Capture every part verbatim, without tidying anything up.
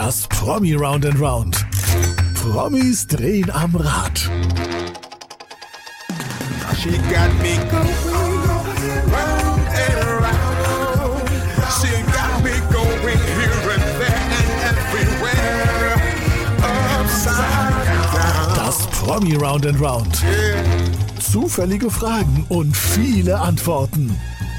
Das Promi Round and Round. Promis drehen am Rad. She got me going round and around. She got me going here and there and everywhere. Upside down. Das Promi Round and Round. Yeah. Zufällige Fragen und viele Antworten.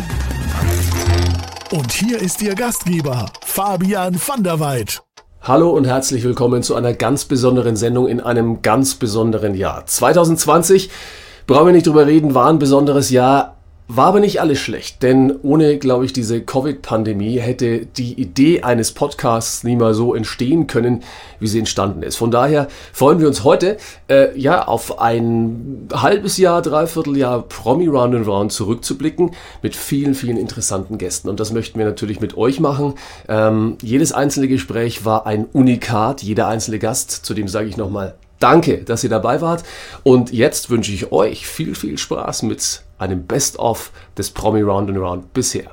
Und hier ist Ihr Gastgeber, Fabian van der Weid. Hallo und herzlich willkommen zu einer ganz besonderen Sendung in einem ganz besonderen Jahr. zwanzig zwanzig, brauchen wir nicht drüber reden, war ein besonderes Jahr, war aber nicht alles schlecht. Denn ohne, glaube ich, diese Covid-Pandemie hätte die Idee eines Podcasts nie mal so entstehen können, wie sie entstanden ist. Von daher freuen wir uns heute äh, ja auf ein halbes Jahr, dreiviertel Jahr Promi Round and Round zurückzublicken mit vielen, vielen interessanten Gästen. Und das möchten wir natürlich mit euch machen. Ähm, jedes einzelne Gespräch war ein Unikat, jeder einzelne Gast, zu dem sage ich nochmal Danke, dass ihr dabei wart. Und jetzt wünsche ich euch viel, viel Spaß mit einem Best-of des Promi Round and Round bisher.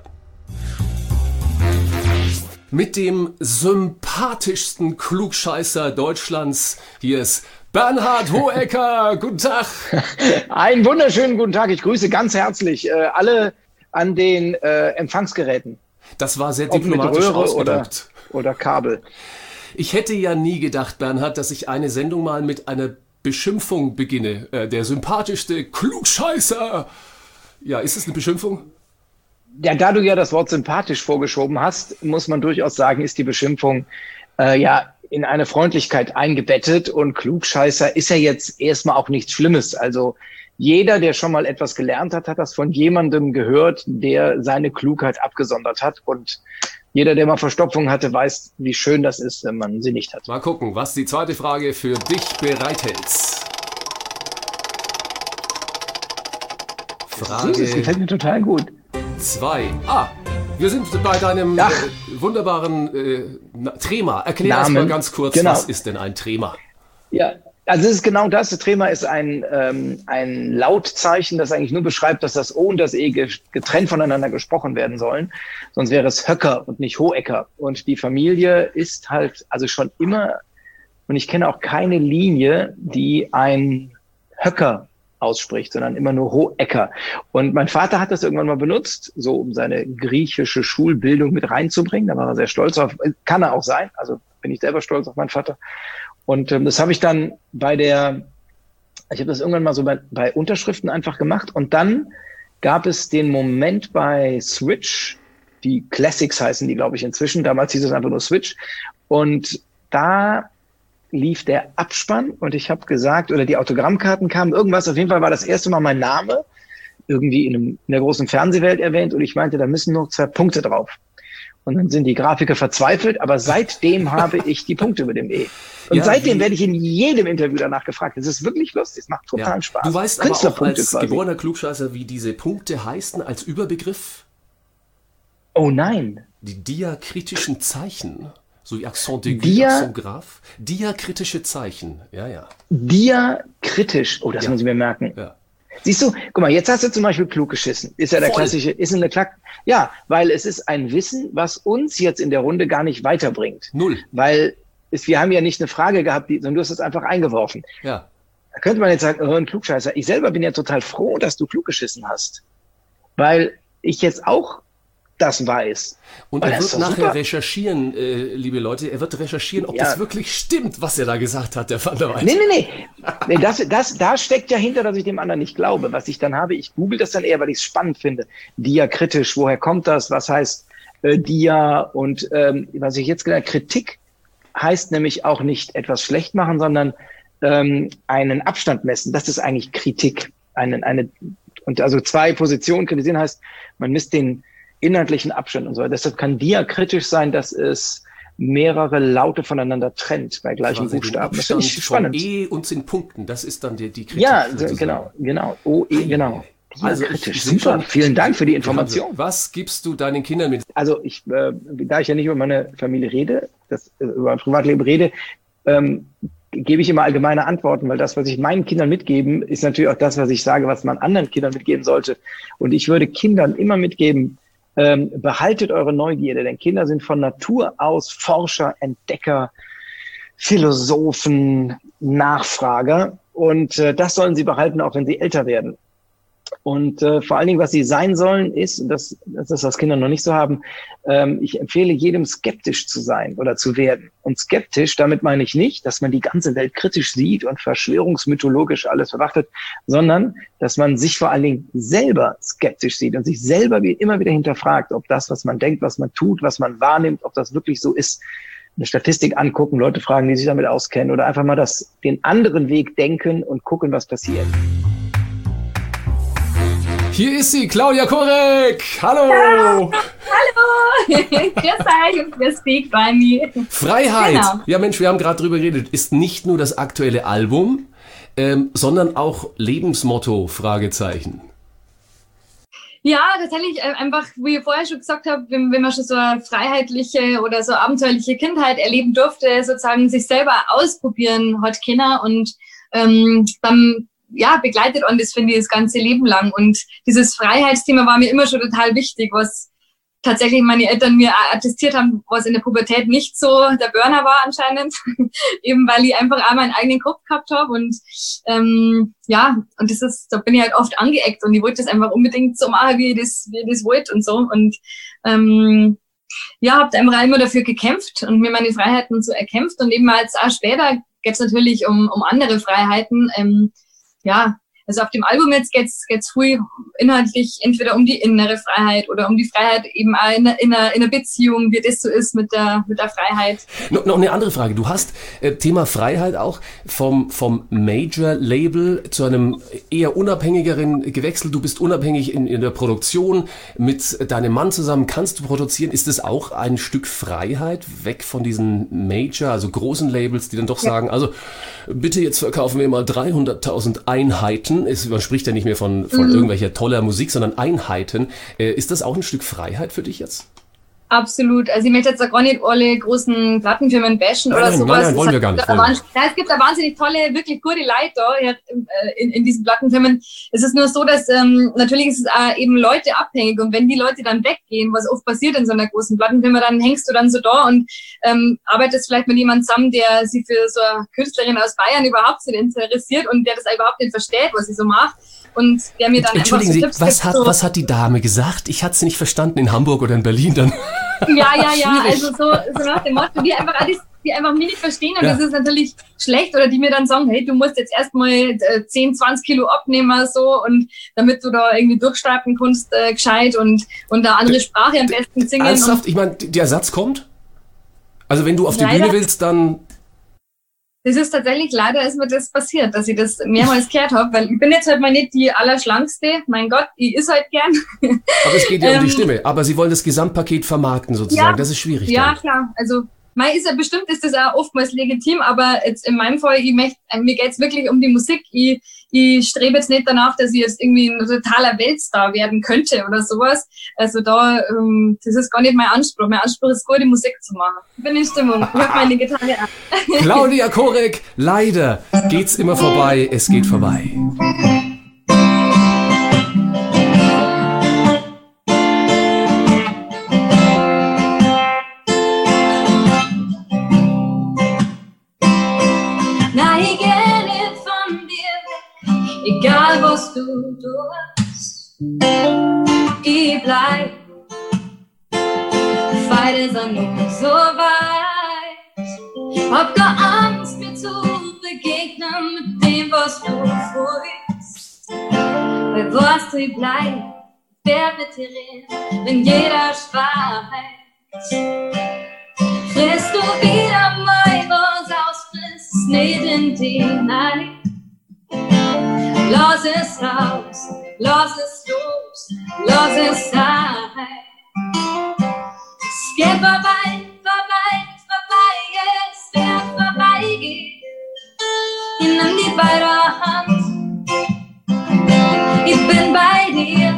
Mit dem sympathischsten Klugscheißer Deutschlands, hier ist Bernhard Hohecker. Guten Tag. Einen wunderschönen guten Tag. Ich grüße ganz herzlich äh, alle an den äh, Empfangsgeräten. Das war sehr Ob diplomatisch mit Röhre ausgedrückt. Oder, oder Kabel. Ich hätte ja nie gedacht, Bernhard, dass ich eine Sendung mal mit einer Beschimpfung beginne. Äh, der sympathischste Klugscheißer. Ja, ist es eine Beschimpfung? Ja, da du ja das Wort sympathisch vorgeschoben hast, muss man durchaus sagen, ist die Beschimpfung äh, ja in eine Freundlichkeit eingebettet. Und Klugscheißer ist ja jetzt erstmal auch nichts Schlimmes. Also jeder, der schon mal etwas gelernt hat, hat das von jemandem gehört, der seine Klugheit abgesondert hat. Und jeder, der mal Verstopfung hatte, weiß, wie schön das ist, wenn man sie nicht hat. Mal gucken, was die zweite Frage für dich bereithält. Frage Das gefällt mir total gut. zwei. Ah, wir sind bei deinem äh, wunderbaren äh, Na- Trema. Erklär erst mal ganz kurz, Genau. Was ist denn ein Trema? Ja, also es ist genau das. Das Trema ist ein, ähm, ein Lautzeichen, das eigentlich nur beschreibt, dass das O und das E ge- getrennt voneinander gesprochen werden sollen. Sonst wäre es Höcker und nicht Hohecker. Und die Familie ist halt also schon immer, und ich kenne auch keine Linie, die ein Höcker ausspricht, sondern immer nur Hohecker. Und mein Vater hat das irgendwann mal benutzt, so um seine griechische Schulbildung mit reinzubringen. Da war er sehr stolz auf, kann er auch sein. Also bin ich selber stolz auf meinen Vater. Und ähm, das habe ich dann bei der, ich habe das irgendwann mal so bei, bei Unterschriften einfach gemacht. Und dann gab es den Moment bei Switch, die Classics heißen die, glaube ich, inzwischen. Damals hieß es einfach nur Switch. Und da lief der Abspann und ich habe gesagt, oder die Autogrammkarten kamen, irgendwas. Auf jeden Fall war das erste Mal mein Name irgendwie in, einem, in der großen Fernsehwelt erwähnt. Und ich meinte, da müssen noch zwei Punkte drauf. Und dann sind die Grafiker verzweifelt, aber seitdem habe ich die Punkte über dem E. Und Ja, seitdem wie- werde ich in jedem Interview danach gefragt. Das ist wirklich lustig, es macht total Ja. Spaß. Du weißt aber auch Künstlerpunkte als quasi. geborener Klugscheißer, wie diese Punkte heißen als Überbegriff? Oh nein. Die diakritischen Zeichen. So wie Accent d'aigu, Dia- Accent grave. Diakritische Zeichen. Ja, ja. Diakritisch. Oh, das Ja. muss ich mir merken. ja. Siehst du, guck mal, jetzt hast du zum Beispiel klug geschissen. Ist ja der Voll. klassische, ist eine Klack. Ja, weil es ist ein Wissen, was uns jetzt in der Runde gar nicht weiterbringt. Null. Weil es, wir haben ja nicht eine Frage gehabt, die, sondern du hast es einfach eingeworfen. Ja. Da könnte man jetzt sagen, oh, ein Klugscheißer. Ich selber bin ja total froh, dass du klug geschissen hast. Weil ich jetzt auch das weiß. Und Oh, er das wird ist doch nachher super. recherchieren, äh, liebe Leute, er wird recherchieren, ob Ja. das wirklich stimmt, was er da gesagt hat, der Van der Weid. Nee, nee, nee. nee das, das, da steckt ja hinter, dass ich dem anderen nicht glaube. Was ich dann habe, ich google das dann eher, weil ich es spannend finde. Diakritisch, woher kommt das? Was heißt äh, Dia? Und ähm, was ich jetzt gelernt habe, Kritik heißt nämlich auch nicht etwas schlecht machen, sondern ähm, einen Abstand messen. Das ist eigentlich Kritik. Eine, eine, und also zwei Positionen kritisieren heißt, man misst den inhaltlichen Abstand und so. Deshalb kann diakritisch sein, dass es mehrere Laute voneinander trennt bei gleichen Quasi den Buchstaben. Das finde ich Abstand spannend. von E und den Punkten, das ist dann die, die Kritik. Ja, sozusagen. genau, genau. O, E, genau. Also Diakritisch. ich- sind Super. schon- Vielen Dank für die Information. Was gibst du deinen Kindern mit? Also ich, äh, da ich ja nicht über meine Familie rede, das, äh, über mein Privatleben rede, ähm, gebe ich immer allgemeine Antworten, weil das, was ich meinen Kindern mitgeben, ist natürlich auch das, was ich sage, was man anderen Kindern mitgeben sollte. Und ich würde Kindern immer mitgeben, Ähm, behaltet eure Neugierde, denn Kinder sind von Natur aus Forscher, Entdecker, Philosophen, Nachfrager. Und äh, das sollen sie behalten, auch wenn sie älter werden. Und äh, vor allen Dingen, was sie sein sollen, ist, das, das ist, was Kinder noch nicht so haben, ähm, ich empfehle jedem, skeptisch zu sein oder zu werden. Und skeptisch, damit meine ich nicht, dass man die ganze Welt kritisch sieht und verschwörungsmythologisch alles verachtet, sondern dass man sich vor allen Dingen selber skeptisch sieht und sich selber wie immer wieder hinterfragt, ob das, was man denkt, was man tut, was man wahrnimmt, ob das wirklich so ist. Eine Statistik angucken, Leute fragen, die sich damit auskennen, oder einfach mal das, den anderen Weg denken und gucken, was passiert. Hier ist sie, Claudia Korek. Hallo. Ja, hallo. Grüß euch und grüß dich bei mir. Freiheit. Genau. Ja Mensch, wir haben gerade drüber geredet. Ist nicht nur das aktuelle Album, ähm, sondern auch Lebensmotto, Fragezeichen. Ja, tatsächlich äh, einfach, wie ich vorher schon gesagt habe, wenn, wenn man schon so eine freiheitliche oder so abenteuerliche Kindheit erleben durfte, sozusagen sich selber ausprobieren hat Kinder und ähm, dann ja, begleitet und das finde ich das ganze Leben lang. Und dieses Freiheitsthema war mir immer schon total wichtig, was tatsächlich meine Eltern mir attestiert haben, was in der Pubertät nicht so der Burner war anscheinend. Eben weil ich einfach auch meinen eigenen Kopf gehabt habe. Und ähm, ja, und das ist, da bin ich halt oft angeeckt und ich wollte das einfach unbedingt so machen, wie ich das, wie ich das wollte und so. Und ähm, ja, habe einfach immer dafür gekämpft und mir meine Freiheiten so erkämpft. Und eben als auch später geht es natürlich um, um andere Freiheiten. Ähm, Ja, also auf dem Album jetzt geht's geht's viel inhaltlich entweder um die innere Freiheit oder um die Freiheit eben auch in, in, einer, in einer Beziehung, wie das so ist mit der mit der Freiheit. No, noch eine andere Frage. Du hast äh, Thema Freiheit auch vom vom Major-Label zu einem eher unabhängigeren gewechselt. Du bist unabhängig in, in der Produktion. Mit deinem Mann zusammen kannst du produzieren. Ist das auch ein Stück Freiheit, weg von diesen Major, also großen Labels, die dann doch sagen, ja. also bitte jetzt verkaufen wir mal dreihunderttausend Einheiten. Es, man spricht ja nicht mehr von, von mhm. irgendwelcher toller Musik, sondern Einheiten. Äh, ist das auch ein Stück Freiheit für dich jetzt? Absolut. Also ich möchte jetzt auch gar nicht alle großen Plattenfirmen bashen nein, oder nein, sowas. Nein, nein, wollen wir gar nicht. Wollen wir. Es gibt da wahnsinnig tolle, wirklich gute Leute da in, in diesen Plattenfirmen. Es ist nur so, dass ähm, natürlich ist es auch eben Leute abhängig und wenn die Leute dann weggehen, was oft passiert in so einer großen Plattenfirma, dann hängst du dann so da und ähm, arbeitest vielleicht mit jemandem zusammen, der sich für so eine Künstlerin aus Bayern überhaupt nicht interessiert und der das überhaupt nicht versteht, was sie so macht. Und der mir dann Entschuldigen so Sie, Tipps was gibt, hat, so was hat die Dame gesagt? Ich hatte sie nicht verstanden in Hamburg oder in Berlin dann. Ja, ja, ja, also so, so nach dem Motto, die einfach, die einfach mich nicht verstehen und ja. das ist natürlich schlecht oder die mir dann sagen, hey, du musst jetzt erstmal zehn, zwanzig Kilo abnehmen so und damit du da irgendwie durchstarten kannst, äh, gescheit und, und eine andere Sprache am besten singen. Ernsthaft? Ich meine, der Satz kommt? Also wenn du auf die leider, Bühne willst, dann... Das ist tatsächlich, leider ist mir das passiert, dass ich das mehrmals gehört habe, weil ich bin jetzt halt mal nicht die Allerschlankste, mein Gott, ich is halt gern. Aber es geht ja um ähm, die Stimme, aber Sie wollen das Gesamtpaket vermarkten sozusagen, ja, das ist schwierig. Ja, dann. klar, also Mei ist ja bestimmt, ist das auch oftmals legitim, aber jetzt in meinem Fall, ich möchte, mir geht's wirklich um die Musik. Ich, ich strebe jetzt nicht danach, dass ich jetzt irgendwie ein totaler Weltstar werden könnte oder sowas. Also da, ähm, das ist gar nicht mein Anspruch. Mein Anspruch ist, gute Musik zu machen. Ich bin in Stimmung. Ich hab meine Gitarre an. Claudia Korek, leider geht's immer vorbei. Es geht vorbei. Egal was du tust, ich bleib. Beide sind noch so weit. Hab gar Angst, mir zu begegnen mit dem, was du fühlst. Weil was du, ich bleib, wer wird dir reden, wenn jeder schweigt. Frisst du wieder mein, was ausfrisst, nicht in die Nacht. Lass es raus, lass es los, lass es sein. Es geht vorbei, vorbei, vorbei, es wird vorbeigehen. Ich nimm die beide Hand, ich bin bei dir.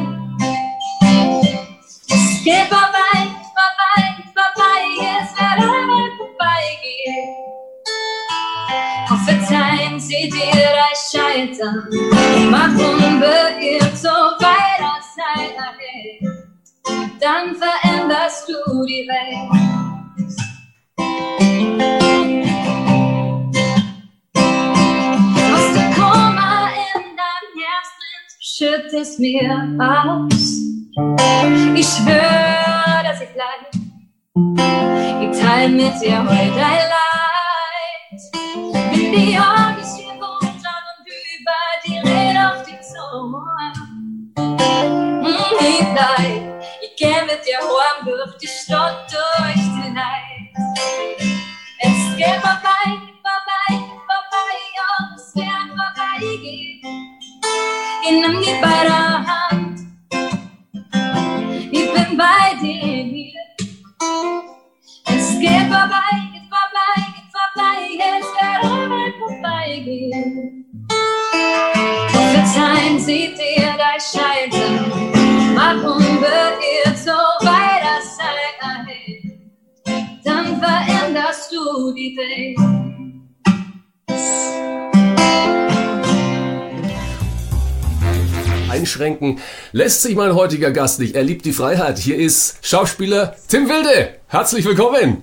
Es geht vorbei, vorbei, vorbei, es wird einmal vorbeigehen. Auf Verzeihen seht ihr euch scheitern, macht unbeirrt so weiter seid ahead. dann veränderst du die Welt. Aus dem Koma in dein Herz drin, schüttest mir aus. Ich schwör, dass ich bleibe. Ich teile mit dir heute dein Leid. Bin die Orgis hier runter und über die Rede auf die Zunge. Mm, ich bleib, ich geh mit dir warm durch die Stadt, durch die Nacht. Es geht vorbei, vorbei, vorbei, ja, es wird vorbeigehen. Ich nimm die bei der Hand. Ich bin bei dir hier. Es geht vorbei, geht vorbei, geht vorbei, es wird auch vorbeigehen. Verzeihen Sie dir dein Scheitern, warum wird ihr so weiter sein ahead? Dann veränderst du die Welt. Einschränken lässt sich mein heutiger Gast nicht. Er liebt die Freiheit. Hier ist Schauspieler Tim Wilde. Herzlich willkommen.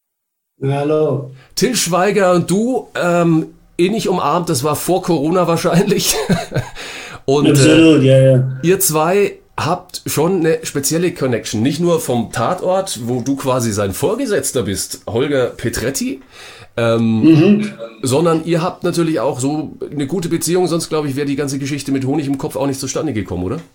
Hallo. Til Schweiger und du, ähm, ähnlich umarmt, das war vor Corona wahrscheinlich. Und Absolut, äh, ja, ja. Ihr zwei habt schon eine spezielle Connection. Nicht nur vom Tatort, wo du quasi sein Vorgesetzter bist, Holger Petretti, ähm, mhm. sondern ihr habt natürlich auch so eine gute Beziehung, sonst glaube ich, wäre die ganze Geschichte mit Honig im Kopf auch nicht zustande gekommen, oder?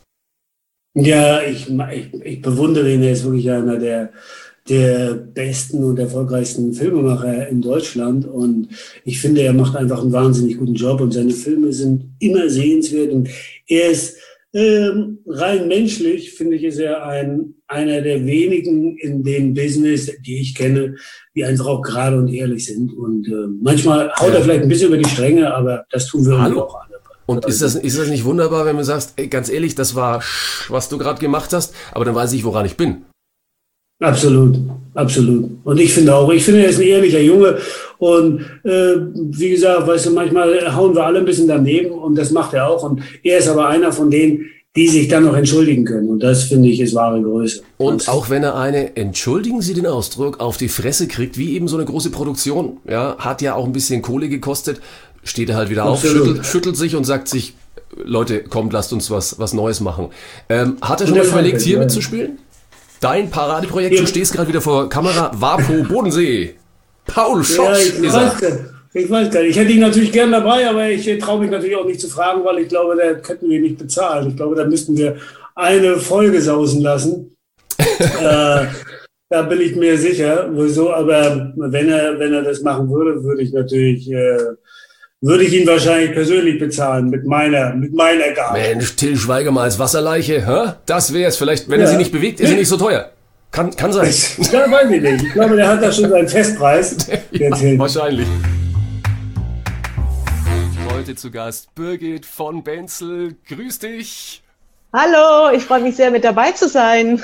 Ja, ich, ich, ich bewundere ihn, er ist wirklich einer der, der besten und erfolgreichsten Filmemacher in Deutschland und ich finde, er macht einfach einen wahnsinnig guten Job und seine Filme sind immer sehenswert und er ist ähm, rein menschlich, finde ich, ist er ein, einer der wenigen in dem Business, die ich kenne, die einfach auch gerade und ehrlich sind und äh, manchmal haut er vielleicht ein bisschen über die Stränge, aber das tun wir Hallo. auch alle. Und ist das, ist das nicht wunderbar, wenn du sagst, ey, ganz ehrlich, das war, was du gerade gemacht hast, aber dann weiß ich, woran ich bin. Absolut, absolut. Und ich finde auch, ich finde, er ist ein ehrlicher Junge und äh, wie gesagt, weißt du, manchmal hauen wir alle ein bisschen daneben und das macht er auch und er ist aber einer von denen, die sich dann noch entschuldigen können und das, finde ich, ist wahre Größe. Und auch wenn er eine, entschuldigen Sie den Ausdruck, auf die Fresse kriegt, wie eben so eine große Produktion, ja, hat ja auch ein bisschen Kohle gekostet, steht er halt wieder auf, schüttelt, schüttelt sich und sagt sich, Leute, kommt, lasst uns was, was Neues machen. Ähm, hat er schon mal überlegt, hier mitzuspielen? Dein Paradeprojekt, ja. Du stehst gerade wieder vor Kamera, Vapo Bodensee. Paul Schott ja, ich ist weiß, er. Ich weiß gar nicht. Ich hätte ihn natürlich gern dabei, aber ich traue mich natürlich auch nicht zu fragen, weil ich glaube, da könnten wir ihn nicht bezahlen. Ich glaube, da müssten wir eine Folge sausen lassen. äh, da bin ich mir sicher. Wieso? Aber wenn er, wenn er das machen würde, würde ich natürlich... Äh, würde ich ihn wahrscheinlich persönlich bezahlen mit meiner, mit meiner Gabe. Mensch, Til Schweiger mal als Wasserleiche, hä? Das wäre es vielleicht, wenn ja. er sie nicht bewegt, ist sie nicht so teuer. Kann, kann sein. Ja, weiß ich nicht. Ich glaube, der hat da schon seinen Festpreis. Ja, wahrscheinlich. Heute zu Gast Birgit von Benzel. Grüß dich. Hallo, ich freue mich sehr, mit dabei zu sein.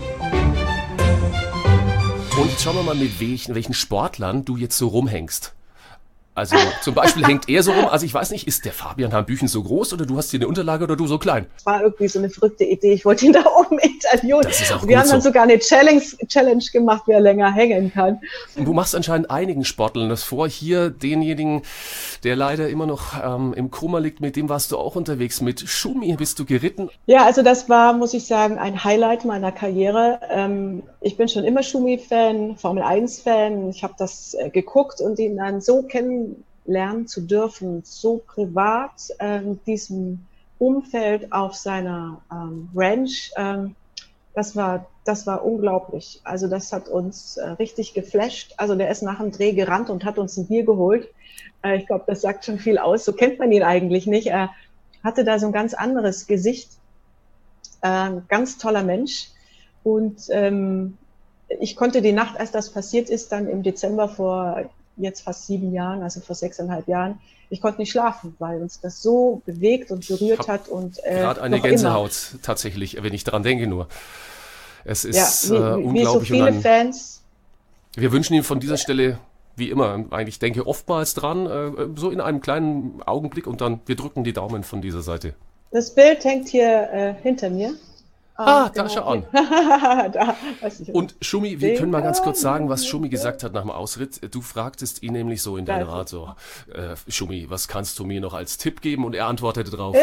Und jetzt schauen wir mal, mit welchen, welchen Sportlern du jetzt so rumhängst. Also zum Beispiel hängt er so rum, also ich weiß nicht, ist der Fabian Hambüchen so groß oder du hast hier eine Unterlage oder du so klein? Das war irgendwie so eine verrückte Idee, ich wollte ihn da oben interviewen. Das ist auch Wir gut haben dann so. sogar eine Challenge, Challenge gemacht, wer länger hängen kann. Du machst anscheinend einigen Sportlern das vor. Hier denjenigen, der leider immer noch ähm, im Koma liegt, mit dem warst du auch unterwegs. Mit Schumi bist du geritten. Ja, also das war, muss ich sagen, ein Highlight meiner Karriere. Ähm, ich bin schon immer Schumi-Fan, Formel eins Fan. Ich habe das äh, geguckt und ihn dann so kennenlernen zu dürfen, so privat, ähm, diesem Umfeld auf seiner ähm, Ranch, ähm, das war, das war unglaublich. Also das hat uns äh, richtig geflasht. Also der ist nach dem Dreh gerannt und hat uns ein Bier geholt. Äh, ich glaube, das sagt schon viel aus. So kennt man ihn eigentlich nicht. Er hatte da so ein ganz anderes Gesicht. Äh, ganz toller Mensch. Und ähm, ich konnte die Nacht, als das passiert ist, dann im Dezember vor jetzt fast sieben Jahren, also vor sechseinhalb Jahren, ich konnte nicht schlafen, weil uns das so bewegt und berührt hat. Und äh, gerade eine Gänsehaut immer. Tatsächlich, wenn ich daran denke nur. Es ist ja, wie, äh, unglaublich. Wie so viele und dann, Fans. Wir wünschen ihm von dieser Stelle, wie immer, eigentlich denke oftmals dran, äh, so in einem kleinen Augenblick und dann, wir drücken die Daumen von dieser Seite. Das Bild hängt hier äh, hinter mir. Ah, da schau an. Da, weiß ich. Und Schumi, wir können mal ganz kurz sagen, was Schumi gesagt hat nach dem Ausritt. Du fragtest ihn nämlich so in deinem Rat so, äh, Schumi, was kannst du mir noch als Tipp geben? Und er antwortete drauf.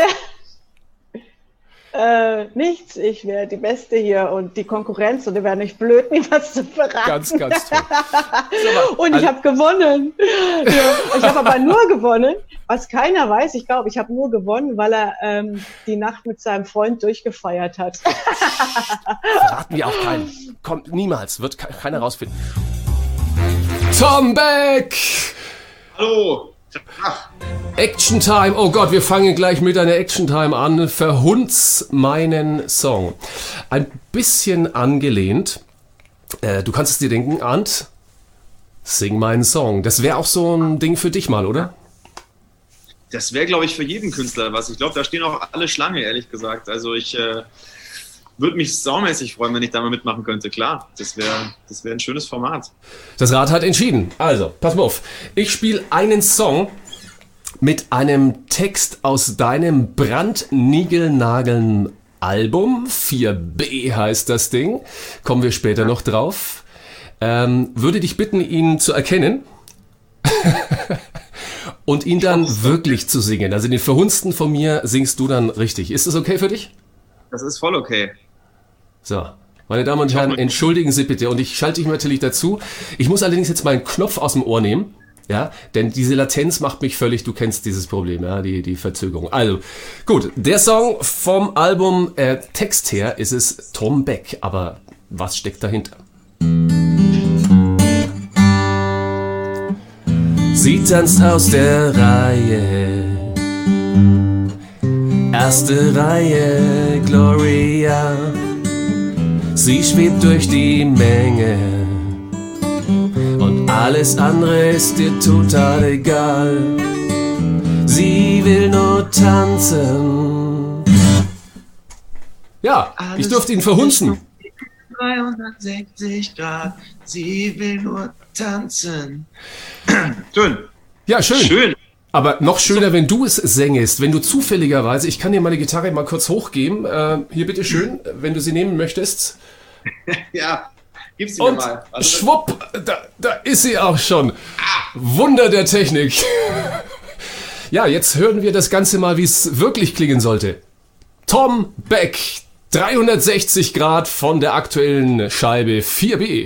Äh, nichts, ich wäre die Beste hier und die Konkurrenz und die wäre nicht blöd, mir was zu verraten. Ganz, ganz toll. Und ich also, habe gewonnen. Ja, ich habe aber nur gewonnen, was keiner weiß. Ich glaube, ich habe nur gewonnen, weil er ähm, die Nacht mit seinem Freund durchgefeiert hat. Verraten wir auch keinen. Kommt niemals, wird ke- keiner rausfinden. Tom Beck! Hallo! Ach. Action Time, oh Gott, wir fangen gleich mit einer Action Time an. Verhunz meinen Song. Ein bisschen angelehnt, äh, du kannst es dir denken, Arndt, sing meinen Song. Das wäre auch so ein Ding für dich mal, oder? Das wäre, glaube ich, für jeden Künstler was. Ich glaube, da stehen auch alle Schlange, ehrlich gesagt. Also ich äh, würde mich saumäßig freuen, wenn ich da mal mitmachen könnte. Klar, das wäre das wär ein schönes Format. Das Rad hat entschieden. Also, pass mal auf. Ich spiele einen Song mit einem Text aus deinem brandniegelnageln Album. vier B heißt das Ding. Kommen wir später noch drauf. Ähm, würde dich bitten, ihn zu erkennen und ihn dann wirklich zu singen. Also den Verhunzten von mir singst du dann richtig. Ist das okay für dich? Das ist voll okay. So, meine Damen und Herren, entschuldigen Sie bitte. Und ich schalte dich natürlich dazu. Ich muss allerdings jetzt meinen Knopf aus dem Ohr nehmen. Ja, denn diese Latenz macht mich völlig, du kennst dieses Problem, ja, die, die Verzögerung. Also, gut, der Song vom Album, äh, Text her ist es Tom Beck, aber was steckt dahinter? Sie tanzt aus der Reihe, erste Reihe, Gloria. Sie schwebt durch die Menge. Alles andere ist dir total egal. Sie will nur tanzen. Ja, ich durfte ihn verhunzen. dreihundertsechzig Grad, sie will nur tanzen. Schön. Ja, schön. Schön. Aber noch schöner, wenn du es sängest, wenn du zufälligerweise, ich kann dir meine Gitarre mal kurz hochgeben. Äh, hier bitteschön, wenn du sie nehmen möchtest. Ja. Gib's mir Und mal. Also, schwupp, da, da ist sie auch schon. Wunder der Technik. Ja, jetzt hören wir das Ganze mal, wie es wirklich klingen sollte. Tom Beck, dreihundertsechzig Grad von der aktuellen Scheibe vier B.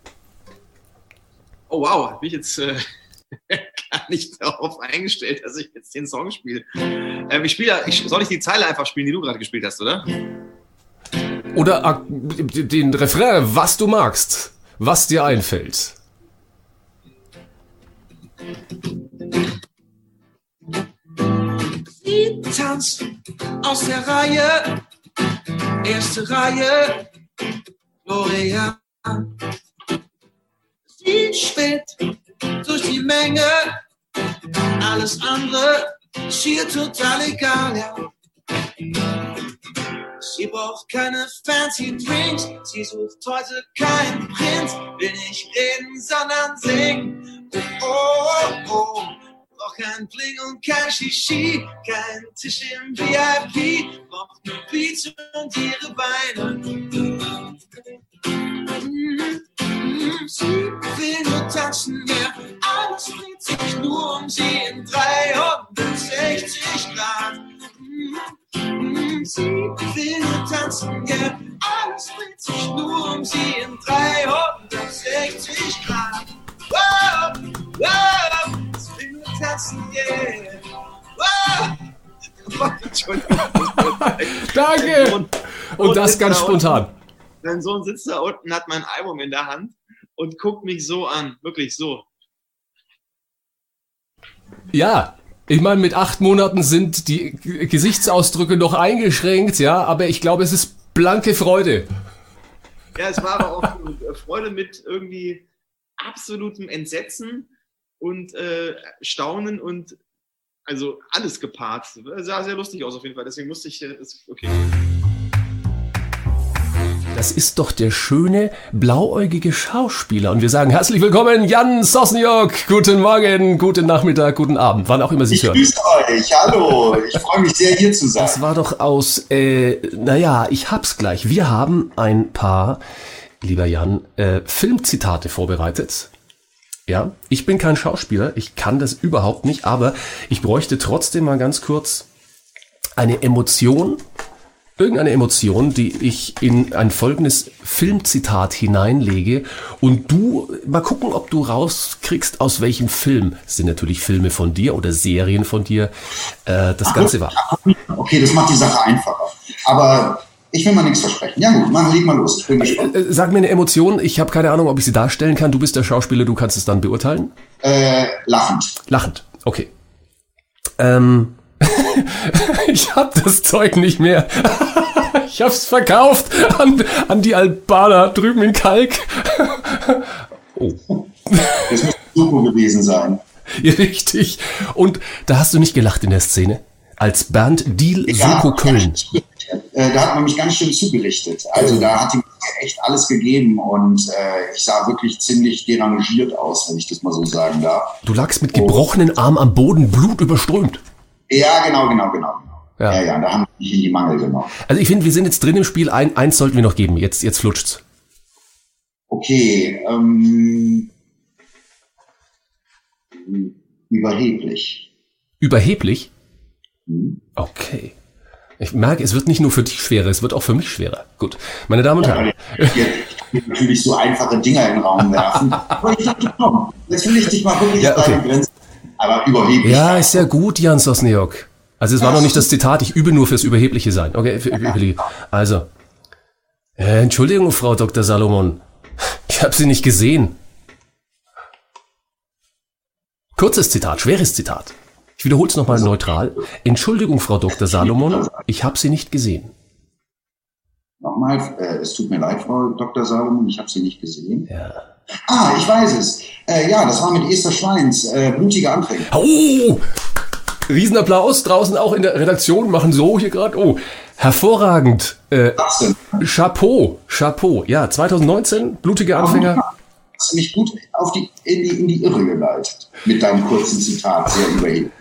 Oh wow, bin ich jetzt äh, gar nicht darauf eingestellt, dass ich jetzt den Song spiele. Ähm, ich spiele, ich, soll ich die Zeile einfach spielen, die du gerade gespielt hast, oder? Oder den Refrain, was du magst, was dir einfällt. Sie tanzt aus der Reihe, erste Reihe, Gloria. Sie schwebt durch die Menge, alles andere ist hier total egal, ja. Sie braucht keine fancy Drinks, sie sucht heute keinen Prinz, will nicht reden, sondern singen. Oh, oh, oh, braucht kein Bling und kein Shishi, kein Tisch im V I P, braucht nur Beats und ihre Beine. Sie will nur tanzen, ja, alles dreht sich nur um sie in dreihundertsechzig Grad. Sie will nur tanzen, ja, yeah. Alles dreht sich nur um sie in dreihundertsechzig Grad. Wow, wow, sie will nur tanzen, yeah. Wow. Danke! Und das ganz spontan. Mein Sohn sitzt da unten, hat mein Album in der Hand und guckt mich so an, wirklich so. Ja. Ich meine, mit acht Monaten sind die Gesichtsausdrücke noch eingeschränkt, ja, aber ich glaube, es ist blanke Freude. Ja, es war aber auch Freude mit irgendwie absolutem Entsetzen und äh, Staunen und also alles gepaart. Es sah sehr lustig aus auf jeden Fall, deswegen musste ich, äh, okay. Das ist doch der schöne, blauäugige Schauspieler. Und wir sagen herzlich willkommen, Jan Sosniok. Guten Morgen, guten Nachmittag, guten Abend, wann auch immer Sie es hören. Ich grüße euch, hallo. Ich freue mich sehr, hier zu sein. Das war doch aus, äh, naja, ich hab's gleich. Wir haben ein paar, lieber Jan, äh, Filmzitate vorbereitet. Ja, ich bin kein Schauspieler, ich kann das überhaupt nicht, aber ich bräuchte trotzdem mal ganz kurz eine Emotion, irgendeine Emotion, die ich in ein folgendes Filmzitat hineinlege und du, mal gucken, ob du rauskriegst, aus welchem Film, das sind natürlich Filme von dir oder Serien von dir, äh, das Ach, Ganze war. Okay, das macht die Sache einfacher, aber ich will mal nichts versprechen. Ja gut, mach, leg mal los, ich bin gespannt. Äh, sag mir eine Emotion, ich habe keine Ahnung, ob ich sie darstellen kann, du bist der Schauspieler, du kannst es dann beurteilen? Äh, lachend. Lachend, okay. Ähm... Ich hab das Zeug nicht mehr. Ich hab's verkauft an, an die Albaner drüben in Kalk. Oh. Das muss Suko gewesen sein. Ja, richtig. Und da hast du nicht gelacht in der Szene? Als Bernd Diel ja, Soko Köln. Äh, da hat man mich ganz schön zugerichtet. Also da hat die echt alles gegeben und äh, ich sah wirklich ziemlich derangiert aus, wenn ich das mal so sagen darf. Du lagst mit gebrochenen Arm am Boden, blutüberströmt. Ja, genau, genau, genau. Ja, ja, ja da haben wir nicht in die Mangel genommen. Also ich finde, wir sind jetzt drin im Spiel. Ein, eins sollten wir noch geben. Jetzt, jetzt flutscht's. Okay. Ähm, überheblich. Überheblich? Hm. Okay. Ich merke, es wird nicht nur für dich schwerer, es wird auch für mich schwerer. Gut, meine Damen und ja, Herren. Ich will natürlich so einfache Dinger in den Raum werfen. Aber ich dachte, komm, jetzt will ich dich mal wirklich ja, okay. Grenzen. Aber überheblich. Ja, ist ja gut, Jan Sosniok. Also es war noch nicht das Zitat, ich übe nur fürs Überhebliche sein. Okay, für, für, also. Äh, Entschuldigung, Frau Doktor Salomon. Ich habe Sie nicht gesehen. Kurzes Zitat, schweres Zitat. Ich wiederhole es nochmal neutral. Entschuldigung, Frau Doktor Salomon, ich habe Sie nicht gesehen. Nochmal, äh, es tut mir leid, Frau Doktor Salomon, ich habe Sie nicht gesehen. Ja. Ah, ich weiß es. Äh, ja, das war mit Esther Schweins, äh, blutige Anfänge. Oh! Riesenapplaus draußen auch in der Redaktion, machen so hier gerade. Oh, hervorragend. Äh, Chapeau, Chapeau. Ja, zwanzig neunzehn, blutige Anfänger. Oh, hast du mich gut auf die, in, die, in die Irre geleitet mit deinem kurzen Zitat, sehr überheblich.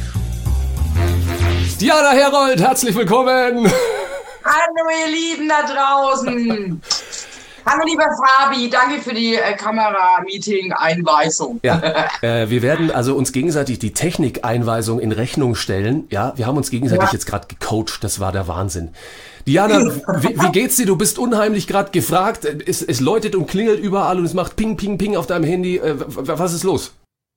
Diana Herold, herzlich willkommen. Hallo ihr Lieben da draußen. Hallo lieber Fabi, danke für die äh, Kamera-Meeting-Einweisung. Ja, äh, wir werden also uns gegenseitig die Technik-Einweisung in Rechnung stellen. Ja, wir haben uns gegenseitig ja. jetzt gerade gecoacht, das war der Wahnsinn. Diana, wie, wie geht's dir? Du bist unheimlich gerade gefragt. Es, es läutet und klingelt überall und es macht Ping, Ping, Ping auf deinem Handy. Äh, was ist los?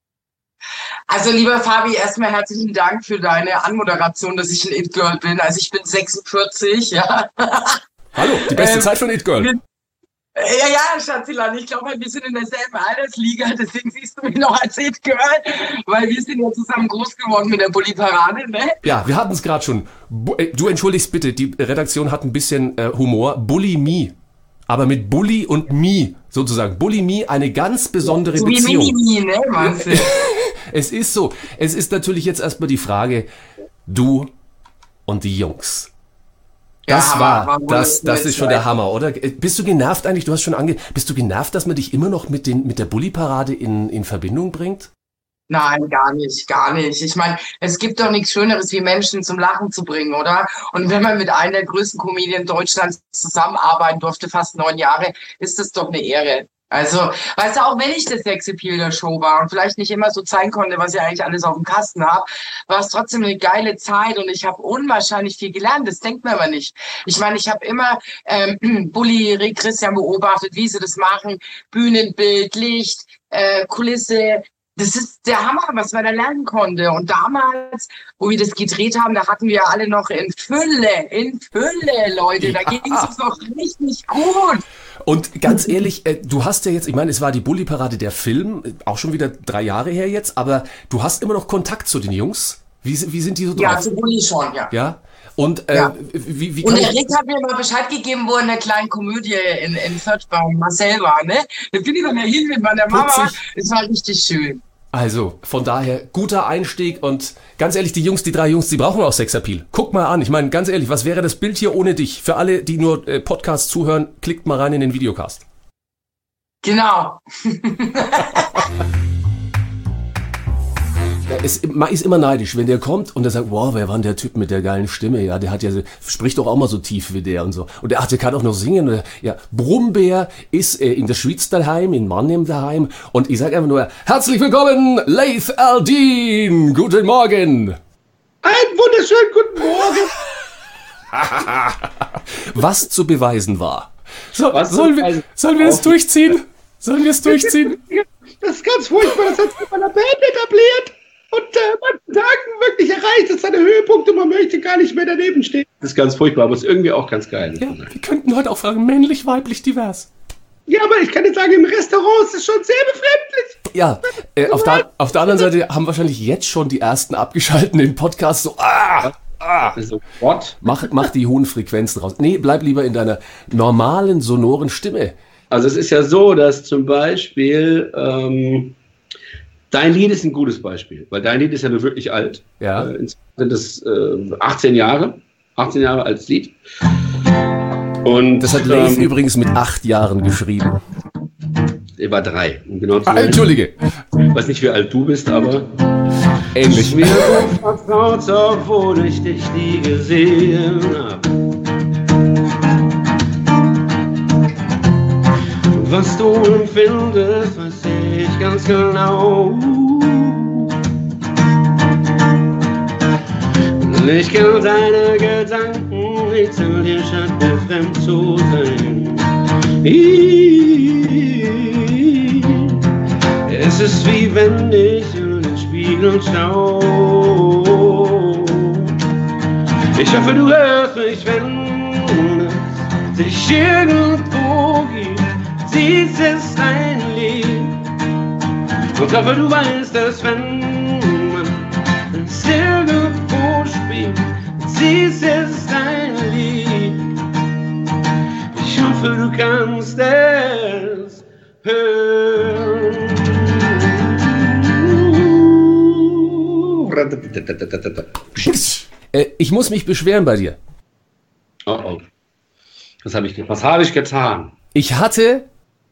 Also lieber Fabi, erstmal herzlichen Dank für deine Anmoderation, dass ich ein It-Girl bin. Also ich bin sechsundvierzig, ja. Hallo, die beste ähm, Zeit für ein It-Girl. Ja, ja, Schatzilan, ich glaube, wir sind in derselben Altersliga, deswegen siehst du mich noch als It-Girl, weil wir sind ja zusammen groß geworden mit der Bulli-Parade, ne? Ja, wir hatten es gerade schon. Du entschuldigst bitte, die Redaktion hat ein bisschen äh, Humor. Bulli-Me. Aber mit Bulli und Me, sozusagen. Bulli-Me, eine ganz besondere so Beziehung. Wie Mini-Me, ne, meinst du? Es ist so. Es ist natürlich jetzt erstmal die Frage, du und die Jungs. Das ja, war, war das, das ist schon der Hammer, oder? Bist du genervt eigentlich, du hast schon ange, bist du genervt, dass man dich immer noch mit den, mit der Bulli-Parade in, in Verbindung bringt? Nein, gar nicht, gar nicht. Ich meine, es gibt doch nichts Schöneres, wie Menschen zum Lachen zu bringen, oder? Und wenn man mit einer der größten Comedien Deutschlands zusammenarbeiten durfte, fast neun Jahre, ist das doch eine Ehre. Also, weißt du, auch wenn ich das Sexappeal der Show war und vielleicht nicht immer so zeigen konnte, was ich eigentlich alles auf dem Kasten habe, war es trotzdem eine geile Zeit und ich habe unwahrscheinlich viel gelernt. Das denkt man aber nicht. Ich meine, ich habe immer ähm, Bulli, Rick, Christian beobachtet, wie sie das machen. Bühnenbild, Licht, äh, Kulisse. Das ist der Hammer, was man da lernen konnte. Und damals, wo wir das gedreht haben, da hatten wir alle noch in Fülle, in Fülle, Leute. Da ging es uns noch richtig gut. Und ganz ehrlich, äh, du hast ja jetzt, ich meine, es war die Bulli-Parade, der Film, auch schon wieder drei Jahre her jetzt, aber du hast immer noch Kontakt zu den Jungs. Wie, wie sind die so drauf? Ja, zu Bulli schon, ja. Ja? Und, äh, ja. wie, wie und der Rick hat mir mal Bescheid gegeben, wo in der kleinen Komödie in, in Fürth bei Marcel war, ne? Da bin ich dann ja hin mit meiner Mama. Es war richtig schön. Also, von daher, guter Einstieg und ganz ehrlich, die Jungs, die drei Jungs, die brauchen auch Sexappeal. Guck mal an, ich meine, ganz ehrlich, was wäre das Bild hier ohne dich? Für alle, die nur äh, Podcasts zuhören, klickt mal rein in den Videocast. Genau. Es, man ist immer neidisch, wenn der kommt und der sagt, wow, wer war denn der Typ mit der geilen Stimme? Ja, der hat ja, spricht doch auch mal so tief wie der und so. Und der, ach, der kann auch noch singen. Und, ja, Brummbär ist äh, in der Schweiz daheim, in Mannheim daheim. Und ich sage einfach nur, herzlich willkommen, Laith Al-Din. Guten Morgen. Einen wunderschönen guten Morgen. Was zu beweisen war. So, Was sollen wir, sollen wir das durchziehen? Sollen wir es durchziehen? Das ist ganz furchtbar, das hat sich bei einer Band etabliert. Und äh, man Tagen wirklich erreicht, das ist eine Höhepunkt und man möchte gar nicht mehr daneben stehen. Das ist ganz furchtbar, aber es ist irgendwie auch ganz geil. Ja, wir könnten heute auch fragen, männlich, weiblich, divers. Ja, aber ich kann jetzt sagen, im Restaurant ist es schon sehr befremdlich. Ja, äh, auf, der, auf der anderen Seite haben wahrscheinlich jetzt schon die ersten abgeschalten den Podcast so, ah, ah. So, what? Mach, mach die hohen Frequenzen raus. Nee, bleib lieber in deiner normalen, sonoren Stimme. Also es ist ja so, dass zum Beispiel... Ähm, Dein Lied ist ein gutes Beispiel, weil dein Lied ist ja nur wirklich alt. Ja. Äh, sind das äh, achtzehn Jahre, achtzehn Jahre altes Lied. Und das hat Laith ähm, übrigens mit acht Jahren geschrieben. Er war drei. Um genau zu ah, Entschuldige. Ich weiß nicht, wie alt du bist, aber ähnlich. Mir so vertraut, obwohl ich dich nie gesehen habe. Was du empfindest, weiß ich ganz genau. Ich kenne deine Gedanken, ich zähl dir statt mir fremd zu sein. Es ist wie wenn ich in den Spiegel schau. Ich hoffe, du hörst mich, wenn es dich irgendwo gibt. Dies ist ein Lied. Und hoffe, du weißt, dass wenn man es irgendwo spielt, dies ist ein Lied. Ich hoffe, du kannst es hören. Äh, ich muss mich beschweren bei dir. Oh oh. Was habe ich, was habe ich getan? Ich hatte...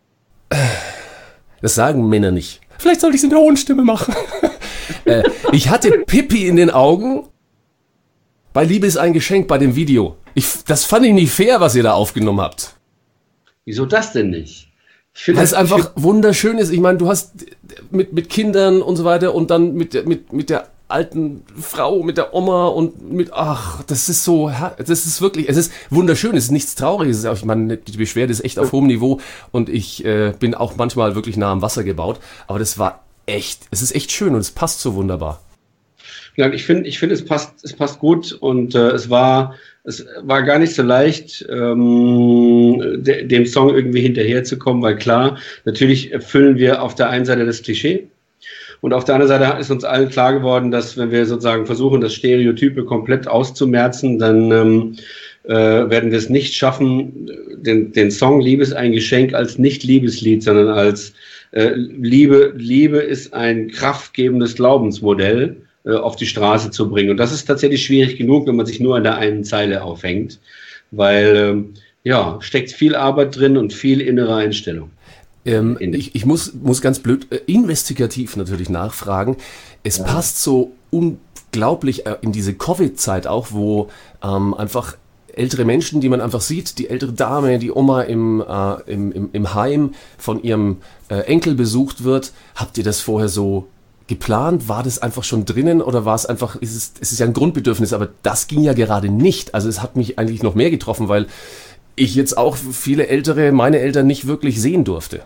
Das sagen Männer nicht. Vielleicht sollte ich es in der hohen Stimme machen. äh, ich hatte Pipi in den Augen bei Liebe ist ein Geschenk bei dem Video. Ich, das fand ich nicht fair, was ihr da aufgenommen habt. Wieso das denn nicht? Weil es einfach wunderschön ist. Ich meine, du hast mit, mit Kindern und so weiter und dann mit, mit, mit der alten Frau, mit der Oma und mit, ach, das ist so, das ist wirklich, es ist wunderschön, es ist nichts Trauriges. Ich meine, die Beschwerde ist echt auf hohem Niveau und ich äh, bin auch manchmal wirklich nah am Wasser gebaut, aber das war echt, es ist echt schön und es passt so wunderbar. Ja, ich finde, ich finde, es passt, es passt gut und äh, es war, es war gar nicht so leicht, ähm, de, dem Song irgendwie hinterherzukommen, weil klar, natürlich erfüllen wir auf der einen Seite das Klischee. Und auf der anderen Seite ist uns allen klar geworden, dass wenn wir sozusagen versuchen, das Stereotype komplett auszumerzen, dann ähm, äh, werden wir es nicht schaffen, den, den Song Liebe ist ein Geschenk als nicht Liebeslied, sondern als äh, Liebe, Liebe ist ein kraftgebendes Glaubensmodell äh, auf die Straße zu bringen. Und das ist tatsächlich schwierig genug, wenn man sich nur an der einen Zeile aufhängt, weil ähm, ja, steckt viel Arbeit drin und viel innere Einstellung. Ähm, ich ich muss, muss ganz blöd, äh, investigativ natürlich nachfragen. Es ja. passt so unglaublich äh, in diese Covid-Zeit auch, wo ähm, einfach ältere Menschen, die man einfach sieht, die ältere Dame, die Oma im, äh, im, im, im Heim von ihrem äh, Enkel besucht wird. Habt ihr das vorher so geplant? War das einfach schon drinnen oder war es einfach, ist es, es ist ja ein Grundbedürfnis, aber das ging ja gerade nicht. Also es hat mich eigentlich noch mehr getroffen, weil ich jetzt auch viele Ältere, meine Eltern nicht wirklich sehen durfte.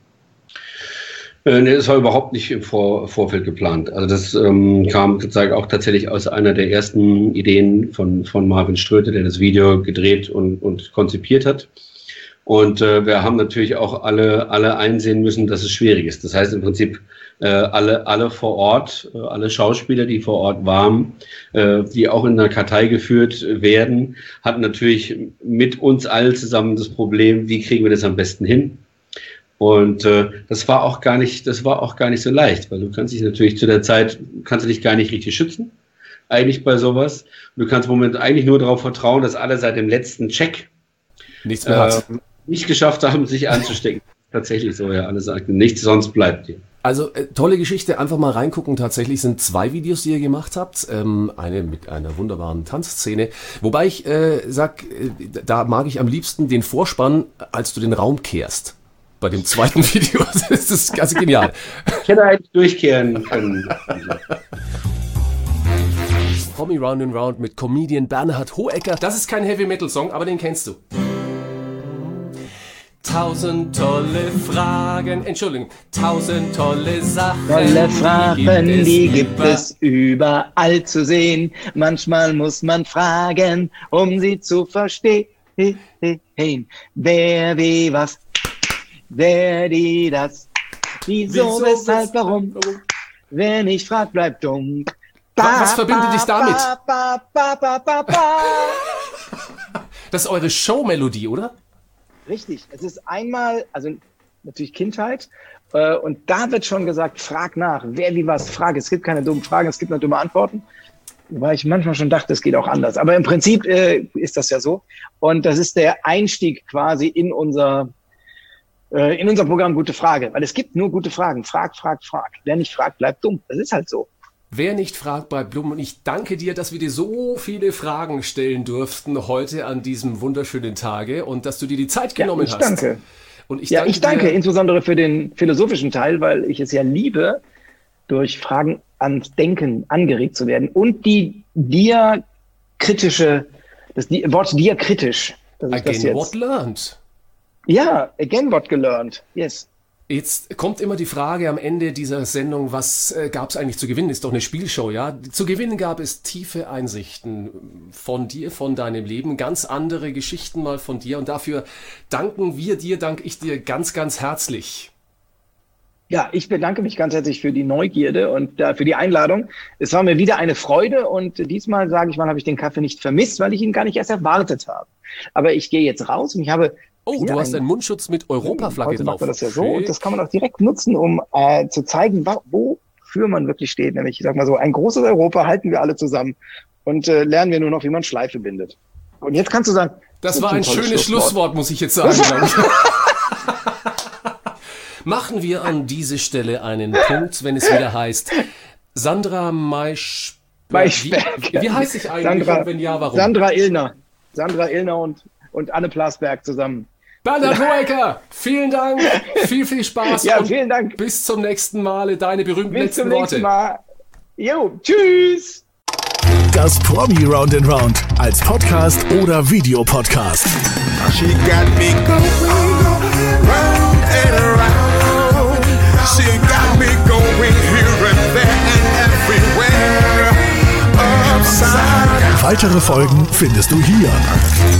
Äh, nee, das war überhaupt nicht im Vor Vorfeld geplant. Also das ähm, kam sozusagen auch tatsächlich aus einer der ersten Ideen von, von Marvin Ströte, der das Video gedreht und, und konzipiert hat. Und äh, wir haben natürlich auch alle, alle einsehen müssen, dass es schwierig ist. Das heißt im Prinzip, äh, alle, alle vor Ort, äh, alle Schauspieler, die vor Ort waren, äh, die auch in einer Kartei geführt werden, hatten natürlich mit uns allen zusammen das Problem, wie kriegen wir das am besten hin? Und äh, das war auch gar nicht, das war auch gar nicht so leicht, weil du kannst dich natürlich zu der Zeit, kannst du dich gar nicht richtig schützen, eigentlich bei sowas. Du kannst im Moment eigentlich nur darauf vertrauen, dass alle seit dem letzten Check nichts mehr hat. Äh, nicht geschafft haben, sich anzustecken. Tatsächlich so, ja, alle sagten, nichts, sonst bleibt dir. Also äh, tolle Geschichte, einfach mal reingucken. Tatsächlich sind zwei Videos, die ihr gemacht habt. Ähm, eine mit einer wunderbaren Tanzszene. Wobei ich äh, sag, äh, da mag ich am liebsten den Vorspann, als du den Raum kehrst. Bei dem zweiten Video. Das ist ganz genial. Ich hätte eigentlich durchkehren können. Promi Round and Round mit Comedian Bernhard Hohecker. Das ist kein Heavy-Metal-Song, aber den kennst du. Tausend tolle Fragen, Entschuldigung, tausend tolle Sachen. Tolle Fragen, die, die gibt, gibt es überall zu sehen. Manchmal muss man fragen, um sie zu verstehen. Wer, wie, was, wer, die, das, wieso, Wieso weshalb, was, warum. Wer nicht fragt, bleibt dumm. Was, was verbindet dich damit? Ba, ba, ba, ba, ba. Das ist eure Showmelodie, oder? Richtig, es ist einmal, also natürlich Kindheit, äh, und da wird schon gesagt, frag nach, wer wie was, frage. Es gibt keine dummen Fragen, es gibt nur dumme Antworten. Wobei ich manchmal schon dachte, es geht auch anders. Aber im Prinzip äh, ist das ja so. Und das ist der Einstieg quasi in unser, äh, in unser Programm Gute Frage. Weil es gibt nur gute Fragen. Frag, frag, frag. Wer nicht fragt, bleibt dumm. Das ist halt so. Wer nicht fragt, bleibt dumm. Und ich danke dir, dass wir dir so viele Fragen stellen durften heute an diesem wunderschönen Tage und dass du dir die Zeit genommen ja, ich hast. Danke. Und ich ja, danke ich danke dir, insbesondere für den philosophischen Teil, weil ich es ja liebe, durch Fragen ans Denken angeregt zu werden und die diakritische, das die, Wort diakritisch. Das ist again das jetzt. what learned. Ja, again what gelernt. Yes. Jetzt kommt immer die Frage am Ende dieser Sendung, was äh, gab es eigentlich zu gewinnen? Ist doch eine Spielshow, ja? Zu gewinnen gab es tiefe Einsichten von dir, von deinem Leben, ganz andere Geschichten mal von dir und dafür danken wir dir, danke ich dir ganz, ganz herzlich. Ja, ich bedanke mich ganz herzlich für die Neugierde und äh, für die Einladung. Es war mir wieder eine Freude und diesmal, sage ich mal, habe ich den Kaffee nicht vermisst, weil ich ihn gar nicht erst erwartet habe. Aber ich gehe jetzt raus und ich habe Oh, du hast einen Mundschutz mit Europaflagge drauf. Macht man das ja so und das kann man auch direkt nutzen, um äh, zu zeigen, wofür man wirklich steht. Nämlich, ich sag mal so, ein großes Europa halten wir alle zusammen und äh, lernen wir nur noch, wie man Schleife bindet. Und jetzt kannst du sagen, das, das war ein, ein schönes Schlusswort. Schlusswort, muss ich jetzt sagen. Machen wir an diese Stelle einen Punkt, wenn es wieder heißt, Sandra Maisch... Maischberg. Wie, wie heißt ich eigentlich Sandra, und wenn ja, warum? Sandra Illner. Sandra Illner und, und Anne Plasberg zusammen. Bernhard Hohecker, vielen Dank, viel, viel Spaß. Ja, und vielen Dank. Bis zum nächsten Mal, deine berühmten bis letzten zum nächsten Worte. Mal. Jo, tschüss. Das Promi Round and Round als Podcast oder Videopodcast. She got me going round and around. She got me going here and there and everywhere. Upside down. Weitere Folgen findest du hier.